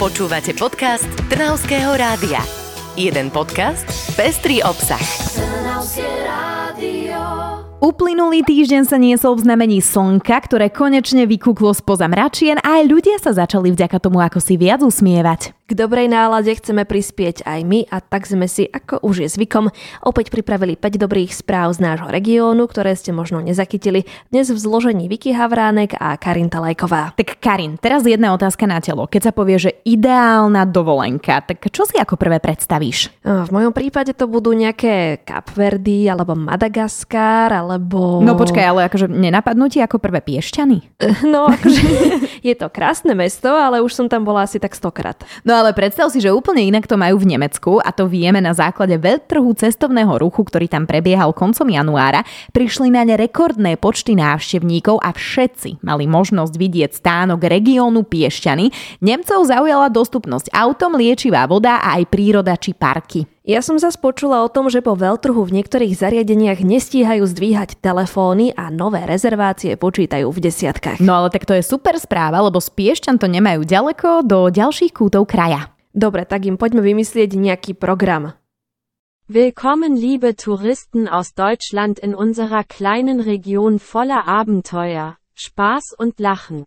Počúvate podcast Trnavského rádia. Jeden podcast, pestrý obsah. Trnavské rádio. Uplynulý týždeň sa niesol v znamení slnka, ktoré konečne vykúklo spoza mračien a aj ľudia sa začali vďaka tomu ako si viac usmievať. K dobrej nálade chceme prispieť aj my a tak sme si, ako už je zvykom, opäť pripravili 5 dobrých správ z nášho regiónu, ktoré ste možno nezachytili. Dnes v zložení Vicky Havránek a Karin Talajková. Tak Karin, teraz jedna otázka na telo. Keď sa povie, že ideálna dovolenka, tak čo si ako prvé predstavíš? V mojom prípade to budú nejaké Kapverdy alebo Madagaskar alebo... No počkaj, ale akože nenapadnú ti ako prvé Piešťany? No akože je to krásne mesto, ale už som tam bola asi tak 100-krát. No ale predstav si, že úplne inak to majú v Nemecku a to vieme na základe veľtrhu cestovného ruchu, ktorý tam prebiehal koncom januára. Prišli na ne rekordné počty návštevníkov a všetci mali možnosť vidieť stánok regiónu Piešťany. Nemcov zaujala dostupnosť autom, liečivá voda a aj príroda či parky. Ja som zas počula o tom, že po veľtrhu v niektorých zariadeniach nestíhajú zdvíhať telefóny a nové rezervácie počítajú v desiatkách. No ale tak to je super správa, lebo z Piešťan to nemajú ďaleko do ďalších kútov kraja. Dobre, tak im poďme vymyslieť nejaký program. Willkommen liebe Touristen aus Deutschland in unserer kleinen Region voller Abenteuer, Spaß und Lachen.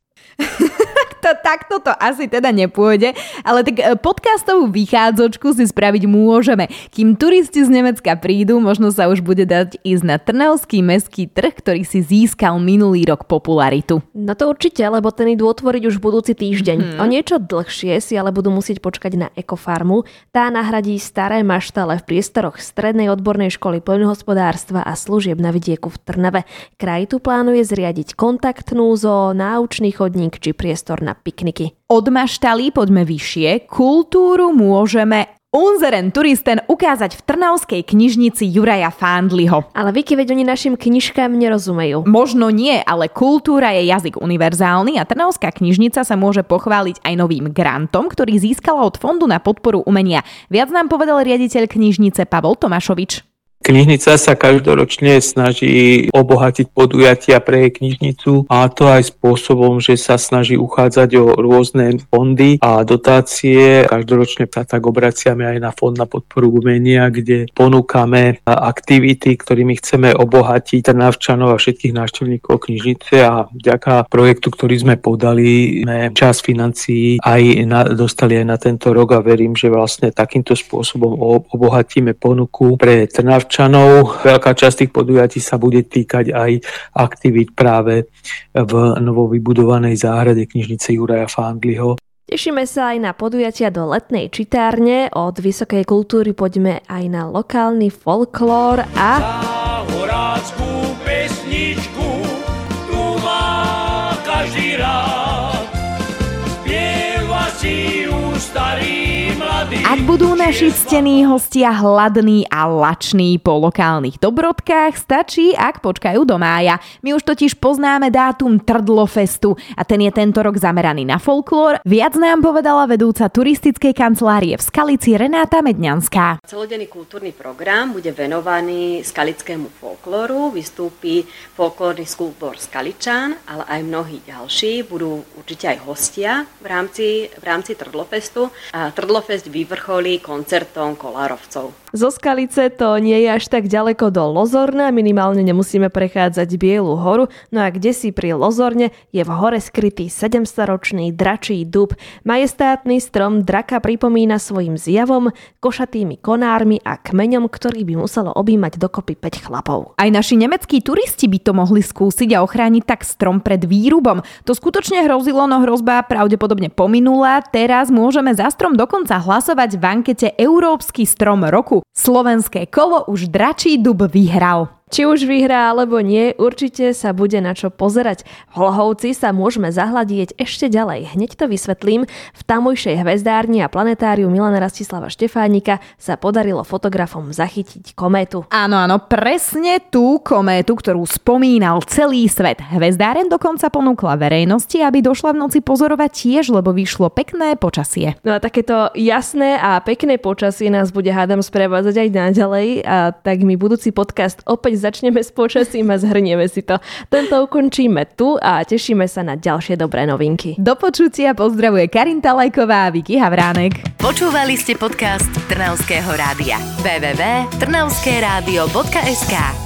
Takto to asi teda nepôjde, ale tak podcastovú vychádzočku si spraviť môžeme. Kým turisti z Nemecka prídu, možno sa už bude dať ísť na trnavský mestský trh, ktorý si získal minulý rok popularitu. No to určite, lebo ten idú otvoriť už budúci týždeň. O niečo dlhšie si ale budú musieť počkať na ekofarmu. Tá nahradí staré maštale v priestoroch Strednej odbornej školy poľnohospodárstva a služieb na vidieku v Trnave. Kraj tu plánuje zriadiť kontaktnú zoo, náučný chodník či priestor na pikniky. Od maštalí poďme vyššie. Kultúru môžeme unseren Turisten ukázať v trnavskej knižnici Juraja Fándliho. Ale Vicky, veď oni našim knižkám nerozumejú. Možno nie, ale kultúra je jazyk univerzálny a Trnavská knižnica sa môže pochváliť aj novým grantom, ktorý získala od Fondu na podporu umenia. Viac nám povedal riaditeľ knižnice Pavol Tomášovič. Knižnica sa každoročne snaží obohatiť podujatia pre knižnicu a to aj spôsobom, že sa snaží uchádzať o rôzne fondy a dotácie. Každoročne sa tak obraciame aj na Fond na podporu umenia, kde ponúkame aktivity, ktorými chceme obohatiť Trnavčanov a všetkých návštevníkov knižnice a vďaka projektu, ktorý sme podali, sme časť financií dostali aj na tento rok a verím, že vlastne takýmto spôsobom obohatíme ponuku pre Trnavčanov. Veľká časť tých podujatí sa bude týkať aj aktivít práve v novovybudovanej záhrade knižnice Juraja Fándliho. Tešíme sa aj na podujatia do letnej čitárne. Od vysokej kultúry poďme aj na lokálny folklór a... Horáckú pesničku tu má každý rád. Spieva si ju starý. Ak budú naši ctení hostia hladní a lační po lokálnych dobrodkách, stačí, ak počkajú do mája. My už totiž poznáme dátum Trdlofestu a ten je tento rok zameraný na folklór. Viac nám povedala vedúca turistickej kancelárie v Skalici Renáta Medňanská. Celodenný kultúrny program bude venovaný skalickému folklóru. Vystúpi folklórny skúbor Skaličan, ale aj mnohí ďalší. Budú určite aj hostia v rámci Trdlofestu. A Trdlofest vyvrcholí koncertom kolárovcov. Zo Skalice to nie je až tak ďaleko do Lozorna, minimálne nemusíme prechádzať Bielu horu, no a kdesi pri Lozorne je v hore skrytý 700-ročný dračí dub. Majestátny strom draka pripomína svojim zjavom, košatými konármi a kmeňom, ktorý by muselo objímať dokopy 5 chlapov. Aj naši nemeckí turisti by to mohli skúsiť a ochrániť tak strom pred výrubom. To skutočne hrozilo, no hrozba pravdepodobne pominula. Teraz môžeme za strom dokonca hlasovať v ankete Európsky strom roku. Slovenské kolo už dračí dub vyhral. Či už vyhrá alebo nie, určite sa bude na čo pozerať. V Hlohovci sa môžeme zahľadieť ešte ďalej. Hneď to vysvetlím. V tamojšej hvezdárni a planetáriu Milana Rastislava Štefánika sa podarilo fotografom zachytiť kométu. Áno, presne tú kométu, ktorú spomínal celý svet. Hvezdáren dokonca ponúkla verejnosti, aby došla v noci pozorovať tiež, lebo vyšlo pekné počasie. No a takéto jasné a pekné počasie nás bude hádam sprevádzať aj naďalej, a tak mi budúci podcast opäť pomaly začneme s počasím a zhrnieme si to. Tento ukončíme tu a tešíme sa na ďalšie dobré novinky. Do počutia pozdravuje Karin Talajková a Vicky Havránek. Počúvali ste podcast Trnavského rádia. www.trnavskeradio.sk